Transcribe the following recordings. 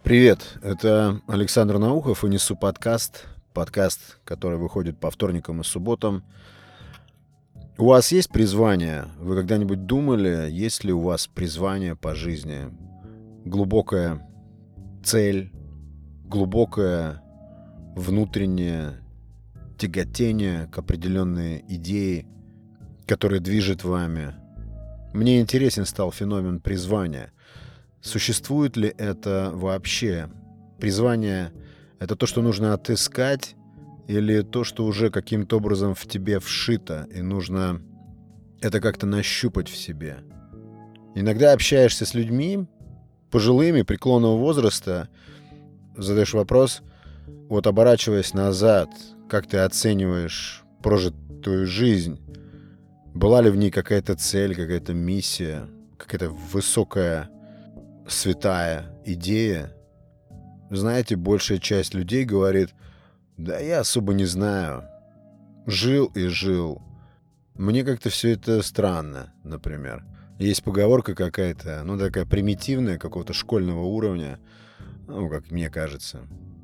Привет, это Александр Наухов и несу подкаст, который выходит по вторникам и субботам. У вас есть призвание? Вы когда-нибудь думали, есть ли у вас призвание по жизни? Глубокая цель, глубокое внутреннее тяготение к определенной идее, которая движет вами. Мне интересен стал феномен призвания. Существует ли это вообще? Призвание — это то, что нужно отыскать, или то, что уже каким-то образом в тебе вшито, и нужно это как-то нащупать в себе? Иногда общаешься с людьми, пожилыми, преклонного возраста, задаешь вопрос, вот оборачиваясь назад, как ты оцениваешь прожитую жизнь? Была ли в ней какая-то цель, какая-то миссия, какая-то высокая святая идея? Знаете, большая часть людей говорит, да я особо не знаю, жил и жил. Мне как-то все это странно, например. Есть поговорка какая-то, такая примитивная, какого-то школьного уровня, как мне кажется.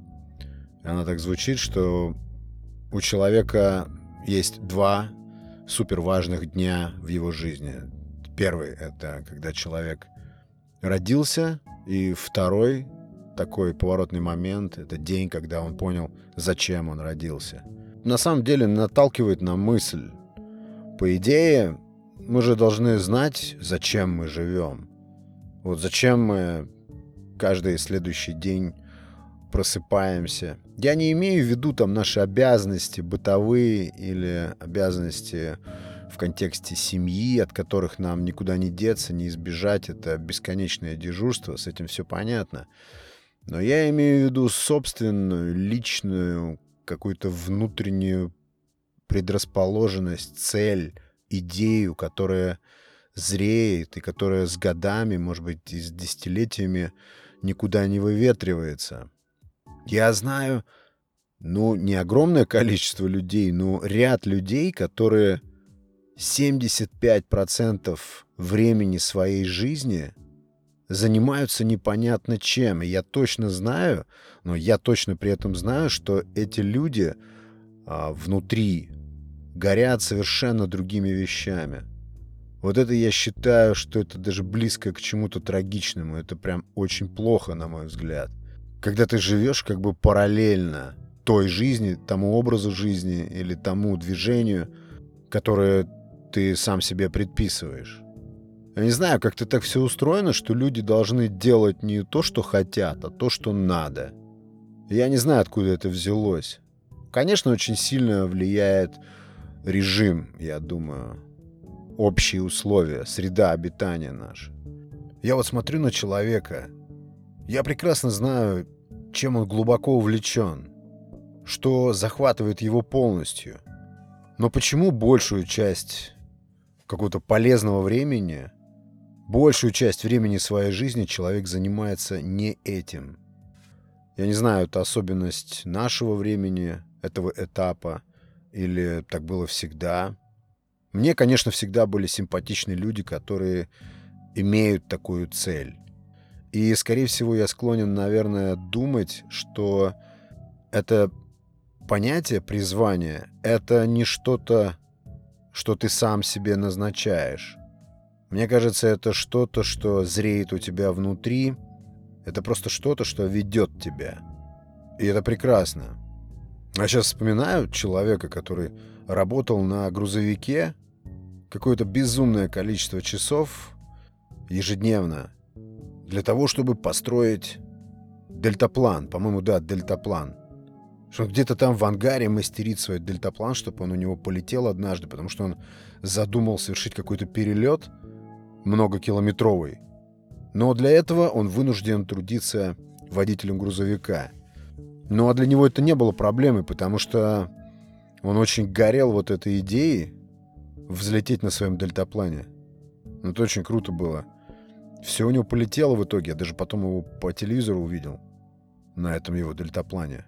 Она так звучит, что у человека есть два суперважных дня в его жизни. Первый — это когда человек родился, и второй такой поворотный момент — это день, когда он понял, зачем он родился. На самом деле наталкивает на мысль. По идее, мы же должны знать, зачем мы живем. Вот зачем мы каждый следующий день просыпаемся. Я не имею в виду там наши обязанности бытовые или обязанности в контексте семьи, от которых нам никуда не деться, не избежать. Это бесконечное дежурство, с этим все понятно. Но я имею в виду собственную, личную, какую-то внутреннюю предрасположенность, цель, идею, которая зреет и которая с годами, может быть, и с десятилетиями никуда не выветривается. Я знаю, не огромное количество людей, но ряд людей, которые 75% времени своей жизни занимаются непонятно чем. И я точно знаю, но я точно при этом знаю, что эти люди внутри горят совершенно другими вещами. Вот это я считаю, что это даже близко к чему-то трагичному. Это прям очень плохо, на мой взгляд. Когда ты живешь как бы параллельно той жизни, тому образу жизни или тому движению, которое ты сам себе предписываешь. Я не знаю, как-то так все устроено, что люди должны делать не то, что хотят, а то, что надо. Я не знаю, откуда это взялось. Конечно, очень сильно влияет режим, я думаю, общие условия, среда обитания наша. Я вот смотрю на человека. Я прекрасно знаю, чем он глубоко увлечен, что захватывает его полностью. Но почему большую часть какого-то полезного времени, большую часть времени своей жизни человек занимается не этим? Я не знаю, это особенность нашего времени, этого этапа, или так было всегда. Мне, конечно, всегда были симпатичны люди, которые имеют такую цель. И, скорее всего, я склонен, наверное, думать, что это понятие призвания — это не что-то, что ты сам себе назначаешь. Мне кажется, это что-то, что зреет у тебя внутри. Это просто что-то, что ведет тебя. И это прекрасно. Я сейчас вспоминаю человека, который работал на грузовике какое-то безумное количество часов ежедневно для того, чтобы построить дельтаплан. По-моему, да, дельтаплан. Что он где-то там в ангаре мастерит свой дельтаплан, чтобы он у него полетел однажды, потому что он задумал совершить какой-то перелет многокилометровый. Но для этого он вынужден трудиться водителем грузовика. Ну а для него это не было проблемой, потому что он очень горел вот этой идеей взлететь на своем дельтаплане. Это очень круто было. Все у него полетело в итоге. Я даже потом его по телевизору увидел на этом его дельтаплане.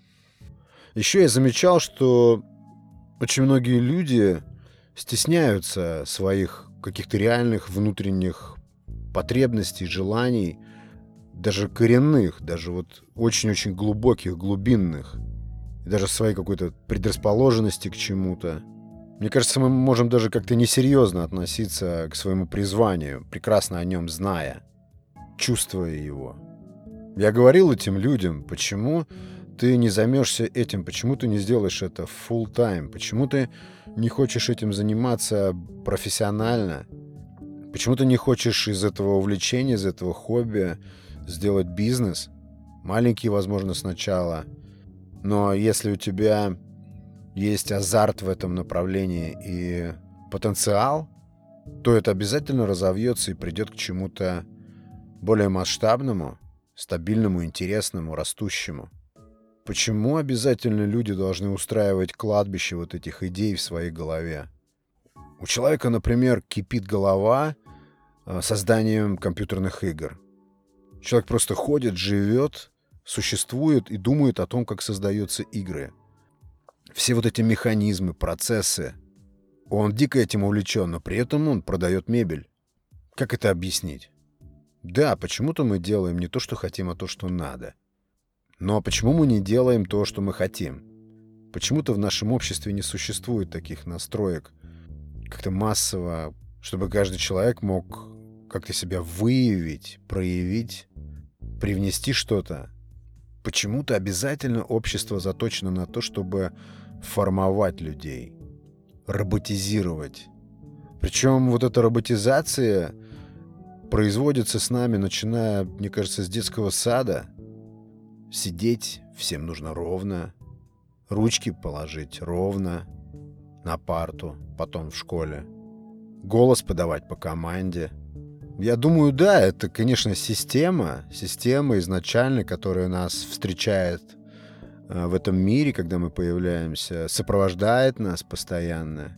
Еще я замечал, что очень многие люди стесняются своих каких-то реальных внутренних потребностей, желаний даже коренных, даже вот очень-очень глубоких, глубинных, и даже своей какой-то предрасположенности к чему-то. Мне кажется, мы можем даже как-то несерьезно относиться к своему призванию, прекрасно о нем зная, чувствуя его. Я говорил этим людям, почему ты не займешься этим, почему ты не сделаешь это full time, почему ты не хочешь этим заниматься профессионально, почему ты не хочешь из этого увлечения, из этого хобби сделать бизнес, маленький, возможно, сначала, но если у тебя есть азарт в этом направлении и потенциал, то это обязательно разовьется и придет к чему-то более масштабному, стабильному, интересному, растущему. Почему обязательно люди должны устраивать кладбище вот этих идей в своей голове? У человека, например, кипит голова созданием компьютерных игр. Человек просто ходит, живет, существует и думает о том, как создаются игры. Все вот эти механизмы, процессы. Он дико этим увлечен, но при этом он продает мебель. Как это объяснить? Да, почему-то мы делаем не то, что хотим, а то, что надо. Но почему мы не делаем то, что мы хотим? Почему-то в нашем обществе не существует таких настроек как-то массово, чтобы каждый человек мог как-то себя выявить, проявить, привнести что-то. Почему-то обязательно общество заточено на то, чтобы формовать людей, роботизировать. Причем вот эта роботизация производится с нами, начиная, мне кажется, с детского сада. Сидеть всем нужно ровно, ручки положить ровно на парту, потом в школе, голос подавать по команде. Я думаю, да, это, конечно, система изначально, которая нас встречает в этом мире, когда мы появляемся, сопровождает нас постоянно.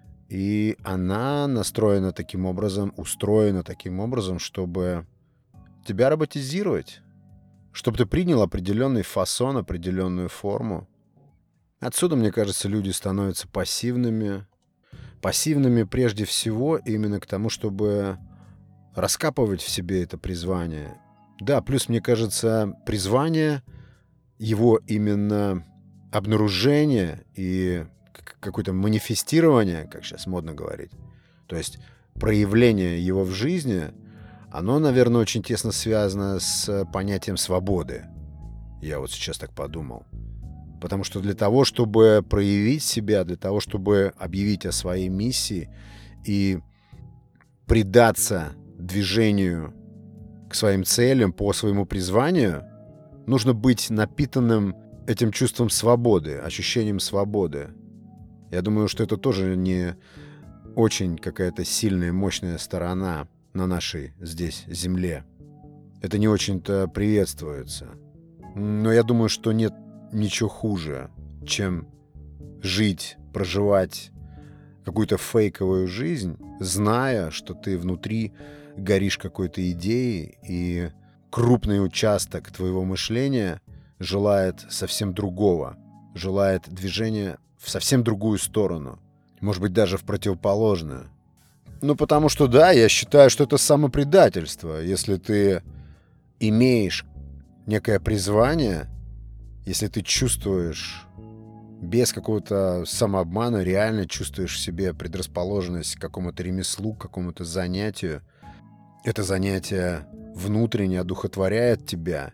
И она настроена таким образом, устроена таким образом, чтобы тебя роботизировать, чтобы ты принял определенный фасон, определенную форму. Отсюда, мне кажется, люди становятся пассивными. Пассивными прежде всего именно к тому, чтобы раскапывать в себе это призвание. Да, плюс, мне кажется, призвание, его именно обнаружение и какое-то манифестирование, как сейчас модно говорить, то есть проявление его в жизни, оно, наверное, очень тесно связано с понятием свободы. Я вот сейчас так подумал. Потому что для того, чтобы проявить себя, для того, чтобы объявить о своей миссии и предаться движению к своим целям, по своему призванию, нужно быть напитанным этим чувством свободы, ощущением свободы. Я думаю, что это тоже не очень какая-то сильная, мощная сторона на нашей здесь земле. Это не очень-то приветствуется. Но я думаю, что нет ничего хуже, чем жить, проживать какую-то фейковую жизнь, зная, что ты внутри горишь какой-то идеей, и крупный участок твоего мышления желает совсем другого, желает движения в совсем другую сторону, может быть, даже в противоположную. Ну, потому что, да, я считаю, что это самопредательство. Если ты имеешь некое призвание, если ты чувствуешь без какого-то самообмана, реально чувствуешь в себе предрасположенность к какому-то ремеслу, к какому-то занятию, это занятие внутренне одухотворяет тебя,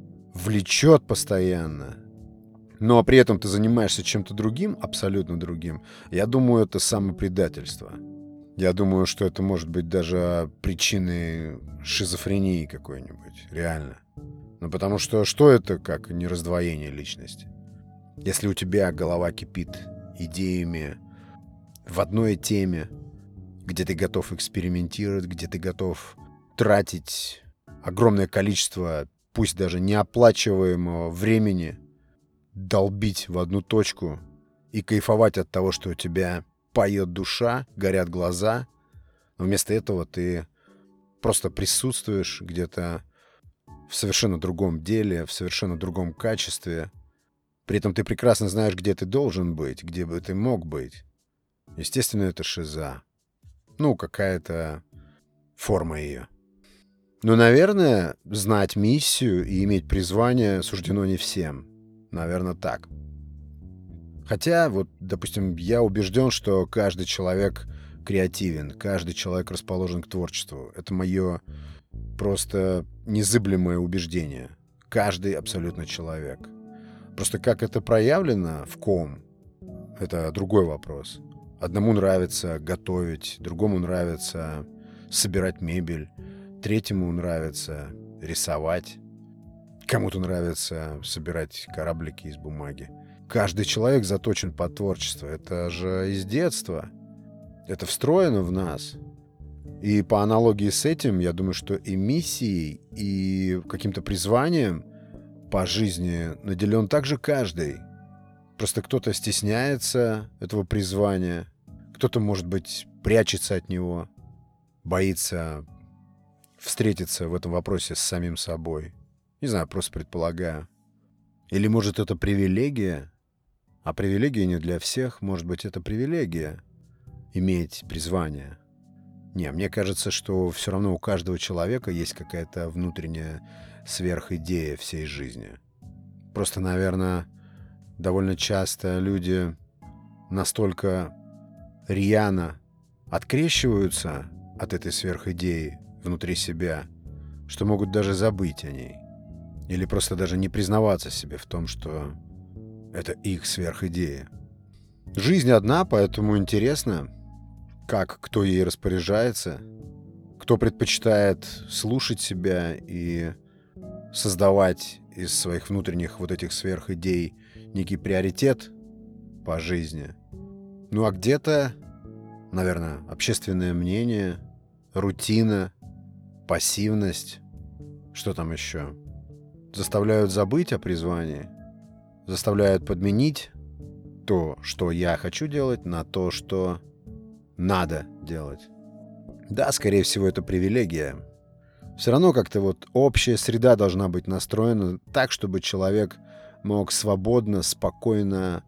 влечет постоянно, но при этом ты занимаешься чем-то другим, абсолютно другим, я думаю, это самопредательство. Я думаю, что это может быть даже причиной шизофрении какой-нибудь, реально. Ну, потому что это как не раздвоение личности? Если у тебя голова кипит идеями в одной теме, где ты готов экспериментировать, где ты готов тратить огромное количество, пусть даже неоплачиваемого времени, долбить в одну точку и кайфовать от того, что у тебя поет душа, горят глаза, но вместо этого ты просто присутствуешь где-то в совершенно другом деле, в совершенно другом качестве. При этом ты прекрасно знаешь, где ты должен быть, где бы ты мог быть. Естественно, это шиза. Ну, какая-то форма ее. Ну, наверное, знать миссию и иметь призвание суждено не всем. Наверное, так. Хотя, вот, допустим, я убежден, что каждый человек креативен, каждый человек расположен к творчеству. Это мое просто незыблемое убеждение. Каждый абсолютно человек. Просто как это проявлено в ком, это другой вопрос. Одному нравится готовить, другому нравится собирать мебель, третьему нравится рисовать, кому-то нравится собирать кораблики из бумаги. Каждый человек заточен под творчество. Это же из детства. Это встроено в нас. И по аналогии с этим, я думаю, что и миссией, и каким-то призванием по жизни наделен также каждый. Просто кто-то стесняется этого призвания, кто-то, может быть, прячется от него, боится встретиться в этом вопросе с самим собой. Не знаю, просто предполагаю. Или, может, это привилегия? А привилегия не для всех. Может быть, это привилегия иметь призвание. Не, мне кажется, что все равно у каждого человека есть какая-то внутренняя сверхидея всей жизни. Просто, наверное, довольно часто люди настолько рьяно открещиваются от этой сверхидеи внутри себя, что могут даже забыть о ней. Или просто даже не признаваться себе в том, что это их сверхидея. Жизнь одна, поэтому интересно, как кто ей распоряжается, кто предпочитает слушать себя и создавать из своих внутренних вот этих сверхидей некий приоритет по жизни. Ну а где-то, наверное, общественное мнение, рутина, пассивность, что там еще, заставляют забыть о призвании, заставляют подменить то, что я хочу делать, на то, что надо делать. Да, скорее всего, это привилегия. Все равно как-то вот общая среда должна быть настроена так, чтобы человек мог свободно, спокойно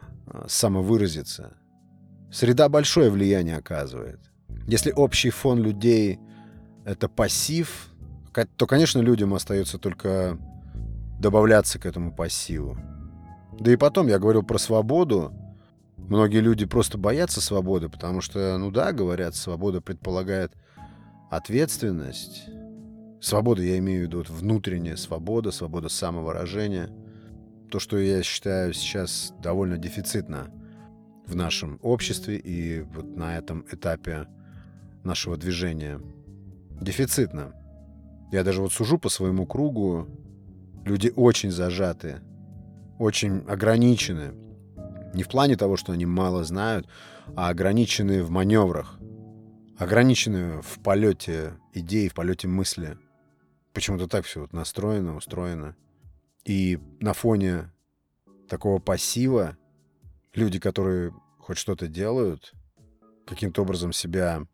самовыразиться. Среда большое влияние оказывает. Если общий фон людей — это пассив, то, конечно, людям остается только добавляться к этому пассиву. Да и потом, я говорил про свободу. Многие люди просто боятся свободы, потому что, ну да, говорят, свобода предполагает ответственность. Свобода, я имею в виду вот внутренняя свобода, свобода самовыражения. То, что я считаю сейчас довольно дефицитно в нашем обществе и вот на этом этапе нашего движения. Дефицитно. Я даже вот сужу по своему кругу. Люди очень зажаты, очень ограничены. Не в плане того, что они мало знают, а ограничены в маневрах. Ограничены в полете идей, в полете мысли. Почему-то так все вот настроено, устроено. И на фоне такого пассива люди, которые хоть что-то делают, каким-то образом себя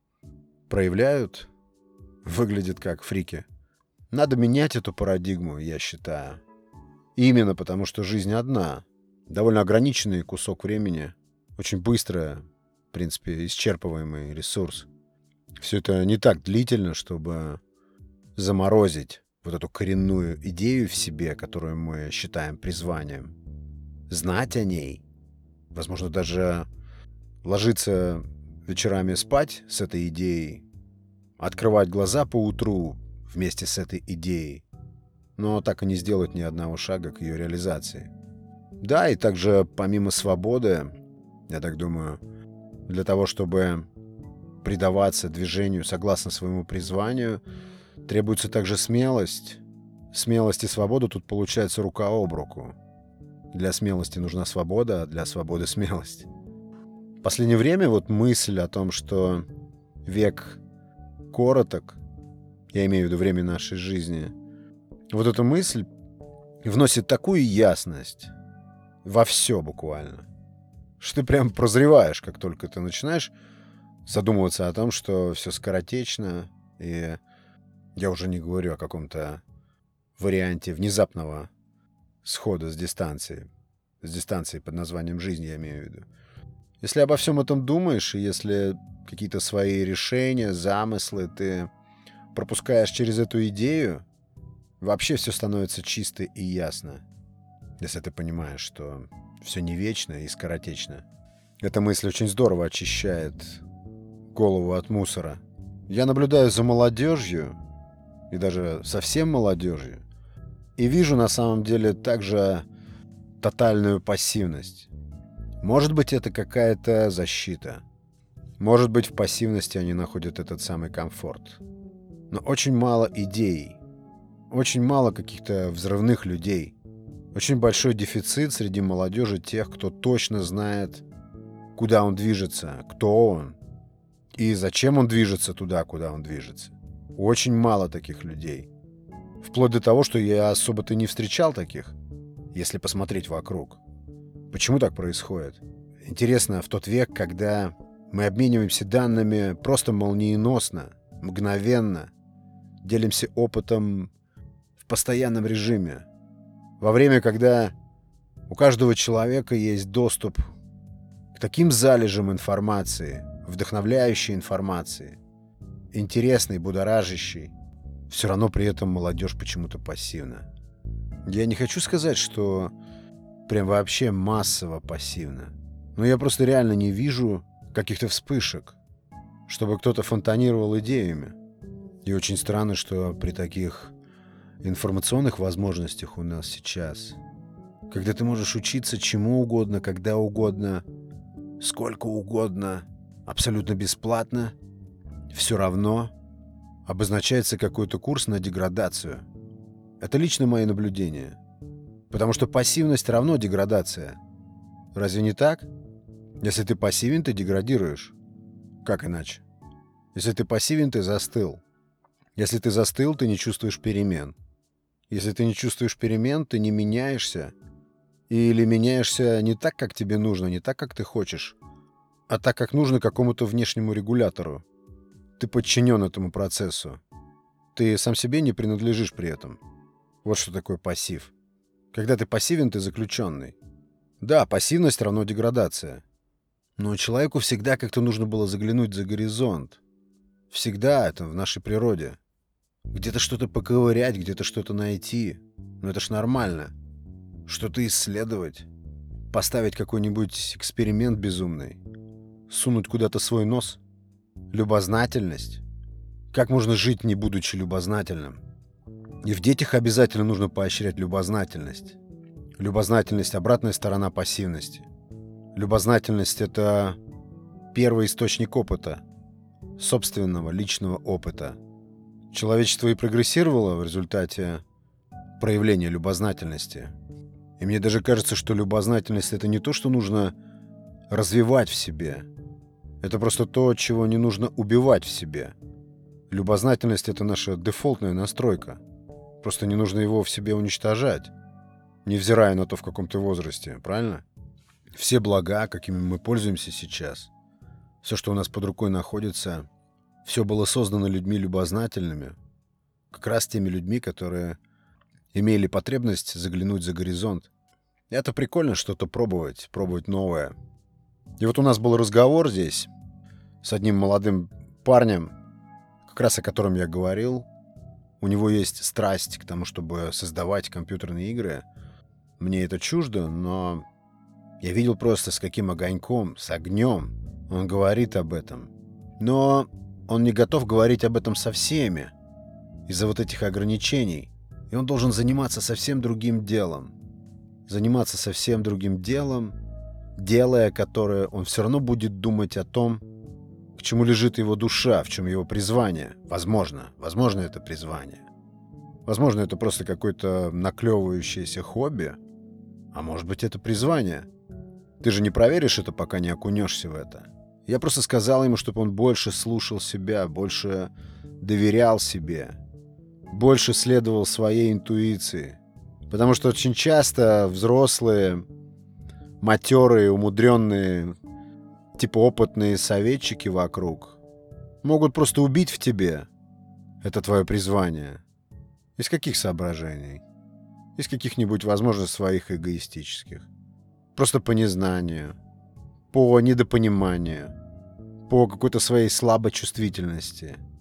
проявляют, выглядят как фрики. Надо менять эту парадигму, я считаю. Именно потому, что жизнь одна. Довольно ограниченный кусок времени. Очень быстро, в принципе, исчерпываемый ресурс. Все это не так длительно, чтобы заморозить вот эту коренную идею в себе, которую мы считаем призванием. Знать о ней. Возможно, даже ложиться вечерами спать с этой идеей. Открывать глаза по утру вместе с этой идеей. Но так и не сделать ни одного шага к ее реализации. Да, и также помимо свободы, я так думаю, для того, чтобы предаваться движению согласно своему призванию, требуется также смелость. Смелость и свобода тут получается рука об руку. Для смелости нужна свобода, а для свободы смелость. В последнее время вот мысль о том, что век короток, я имею в виду время нашей жизни, вот эта мысль вносит такую ясность во все буквально, что ты прям прозреваешь, как только ты начинаешь задумываться о том, что все скоротечно, и я уже не говорю о каком-то варианте внезапного схода с дистанции под названием «жизнь», я имею в виду. Если обо всем этом думаешь, и если какие-то свои решения, замыслы ты пропускаешь через эту идею, вообще все становится чисто и ясно. Если ты понимаешь, что все не вечно и скоротечно. Эта мысль очень здорово очищает голову от мусора. Я наблюдаю за молодежью, и даже совсем молодежью, и вижу на самом деле также тотальную пассивность. Может быть, это какая-то защита. Может быть, в пассивности они находят этот самый комфорт. Но очень мало идей, очень мало каких-то взрывных людей. Очень большой дефицит среди молодежи тех, кто точно знает, куда он движется, кто он и зачем он движется туда, куда он движется. Очень мало таких людей. Вплоть до того, что я особо-то не встречал таких, если посмотреть вокруг. Почему так происходит? Интересно, в тот век, когда мы обмениваемся данными просто молниеносно, мгновенно, делимся опытом в постоянном режиме, во время, когда у каждого человека есть доступ к таким залежам информации, вдохновляющей информации, интересной, будоражащей, все равно при этом молодежь почему-то пассивна. Я не хочу сказать, что прям вообще массово пассивно, но я просто реально не вижу каких-то вспышек, чтобы кто-то фонтанировал идеями. И очень странно, что при таких информационных возможностях у нас сейчас, когда ты можешь учиться чему угодно, когда угодно, сколько угодно, абсолютно бесплатно, все равно обозначается какой-то курс на деградацию. Это лично мои наблюдения. Потому что пассивность равно деградация. Разве не так? Если ты пассивен, ты деградируешь. Как иначе? Если ты пассивен, ты застыл. Если ты застыл, ты не чувствуешь перемен. Если ты не чувствуешь перемен, ты не меняешься. Или меняешься не так, как тебе нужно, не так, как ты хочешь, а так, как нужно какому-то внешнему регулятору. Ты подчинен этому процессу. Ты сам себе не принадлежишь при этом. Вот что такое пассив. Когда ты пассивен, ты заключенный. Да, пассивность равно деградация. Но человеку всегда как-то нужно было заглянуть за горизонт. Всегда это в нашей природе. Где-то что-то поковырять, где-то что-то найти. Но это ж нормально. Что-то исследовать. Поставить какой-нибудь эксперимент безумный. Сунуть куда-то свой нос. Любознательность. Как можно жить, не будучи любознательным? И в детях обязательно нужно поощрять любознательность. Любознательность — обратная сторона пассивности. Любознательность — это первый источник опыта, собственного личного опыта. Человечество и прогрессировало в результате проявления любознательности. И мне даже кажется, что любознательность — это не то, что нужно развивать в себе. Это просто то, чего не нужно убивать в себе. Любознательность — это наша дефолтная настройка. Просто не нужно его в себе уничтожать, невзирая на то, в каком ты возрасте, правильно? Все блага, какими мы пользуемся сейчас, все, что у нас под рукой находится, все было создано людьми любознательными, как раз теми людьми, которые имели потребность заглянуть за горизонт. И это прикольно что-то пробовать новое. И вот у нас был разговор здесь с одним молодым парнем, как раз о котором я говорил. У него есть страсть к тому, чтобы создавать компьютерные игры. Мне это чуждо, но я видел просто, с каким огоньком, с огнем он говорит об этом. Но он не готов говорить об этом со всеми из-за вот этих ограничений. И он должен заниматься совсем другим делом. Заниматься совсем другим делом, делая которое, он все равно будет думать о том, к чему лежит его душа, в чем его призвание. Возможно это призвание. Возможно, это просто какое-то наклевывающееся хобби. А может быть, это призвание. Ты же не проверишь это, пока не окунешься в это. Я просто сказал ему, чтобы он больше слушал себя, больше доверял себе, больше следовал своей интуиции. Потому что очень часто взрослые, матерые, умудренные, типа опытные советчики вокруг могут просто убить в тебе это твое призвание. Из каких соображений? Из каких-нибудь, возможно, своих эгоистических. Просто по незнанию, по недопониманию, по какой-то своей слабой чувствительности.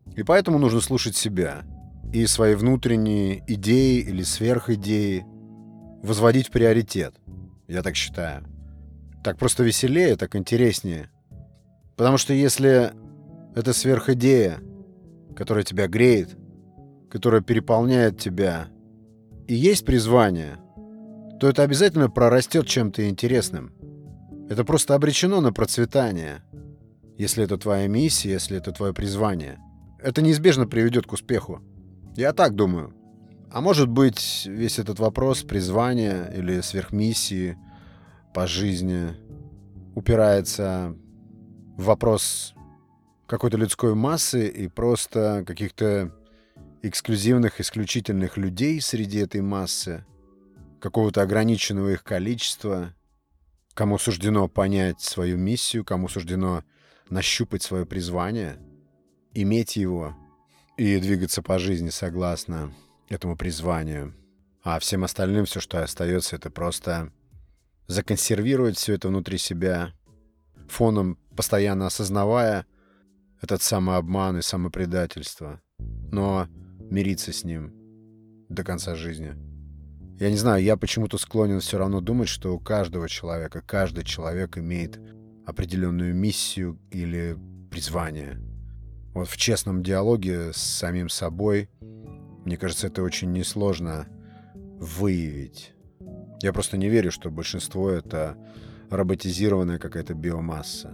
И поэтому нужно слушать себя и свои внутренние идеи или сверхидеи возводить в приоритет. Я так считаю. Так просто веселее, так интереснее. Потому что если это сверхидея, которая тебя греет, которая переполняет тебя, и есть призвание, то это обязательно прорастет чем-то интересным. Это просто обречено на процветание, если это твоя миссия, если это твое призвание. Это неизбежно приведет к успеху. Я так думаю. А может быть, весь этот вопрос призвания или сверхмиссии по жизни упирается в вопрос какой-то людской массы и просто каких-то эксклюзивных, исключительных людей среди этой массы, какого-то ограниченного их количества, кому суждено понять свою миссию, кому суждено нащупать свое призвание, иметь его и двигаться по жизни согласно этому призванию. А всем остальным все, что остается, это просто законсервировать все это внутри себя, фоном постоянно осознавая этот самообман и самопредательство, но мириться с ним до конца жизни. Я не знаю, я почему-то склонен все равно думать, что у каждого человека, каждый человек имеет определенную миссию или призвание. Вот в честном диалоге с самим собой, мне кажется, это очень несложно выявить. Я просто не верю, что большинство — это роботизированная какая-то биомасса,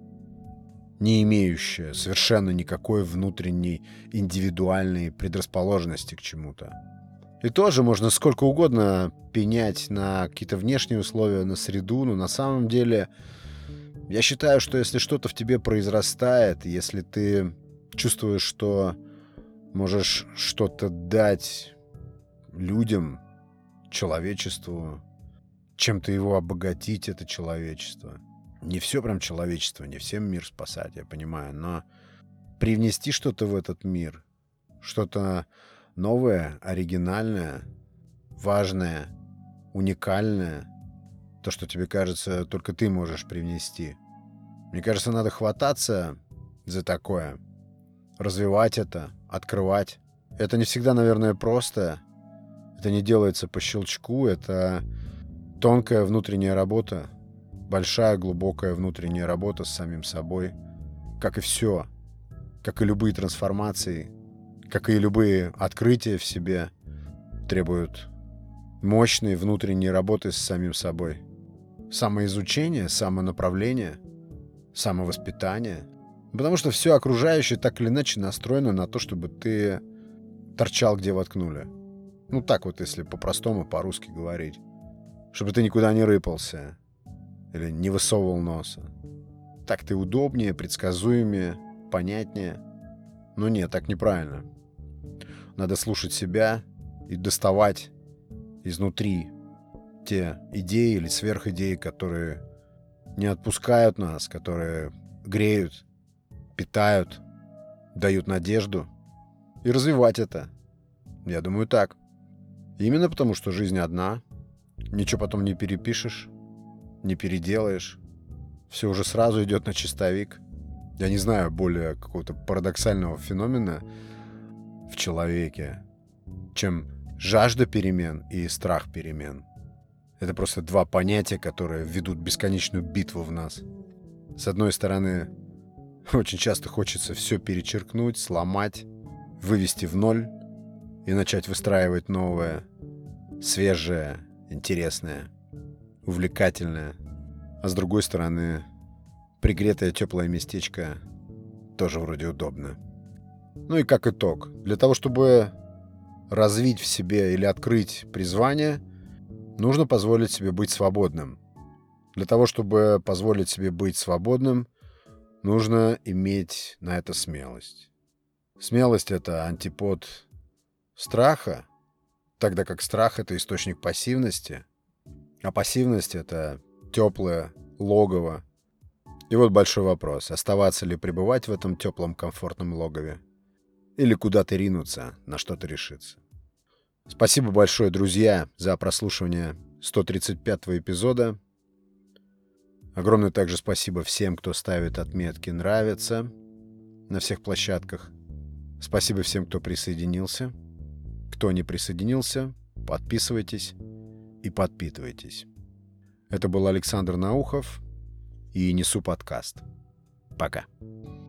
не имеющая совершенно никакой внутренней индивидуальной предрасположенности к чему-то. И тоже можно сколько угодно пенять на какие-то внешние условия, на среду, но на самом деле я считаю, что если что-то в тебе произрастает, если ты чувствуешь, что можешь что-то дать людям, человечеству, чем-то его обогатить, это человечество. Не все прям человечество, не всем мир спасать, я понимаю, но привнести что-то в этот мир, что-то новое, оригинальное, важное, уникальное, то, что тебе кажется, только ты можешь привнести. Мне кажется, надо хвататься за такое, развивать это, открывать. Это не всегда, наверное, просто. Это не делается по щелчку, это тонкая внутренняя работа, большая, глубокая внутренняя работа с самим собой. Как и все, как и любые трансформации, как и любые открытия в себе, требуют мощной внутренней работы с самим собой. Самоизучение, самонаправление, самовоспитание. Потому что все окружающее так или иначе настроено на то, чтобы ты торчал, где воткнули. Ну так вот, если по-простому, по-русски говорить. Чтобы ты никуда не рыпался или не высовывал носа. Так ты удобнее, предсказуемее, понятнее. Но нет, так неправильно. Надо слушать себя и доставать изнутри те идеи или сверхидеи, которые не отпускают нас, которые греют, питают, дают надежду. И развивать это. Я думаю, так. Именно потому, что жизнь одна. Ничего потом не перепишешь, не переделаешь. Все уже сразу идет на чистовик. Я не знаю более какого-то парадоксального феномена в человеке, чем жажда перемен и страх перемен. Это просто два понятия, которые ведут бесконечную битву в нас. С одной стороны, очень часто хочется все перечеркнуть, сломать, вывести в ноль и начать выстраивать новое, свежее, интересное, увлекательное. А с другой стороны, пригретое теплое местечко тоже вроде удобно. Ну и как итог, для того, чтобы развить в себе или открыть призвание, нужно позволить себе быть свободным. Для того, чтобы позволить себе быть свободным, нужно иметь на это смелость. Смелость — это антипод страха, тогда как страх — это источник пассивности, а пассивность — это теплое логово. И вот большой вопрос: оставаться ли пребывать в этом теплом комфортном логове или куда-то ринуться, на что-то решиться. Спасибо большое, друзья, за прослушивание 135-го эпизода. Огромное также спасибо всем, кто ставит отметки «Нравится» на всех площадках. Спасибо всем, кто присоединился. Кто не присоединился, подписывайтесь и подпитывайтесь. Это был Александр Наухов и Несу подкаст. Пока.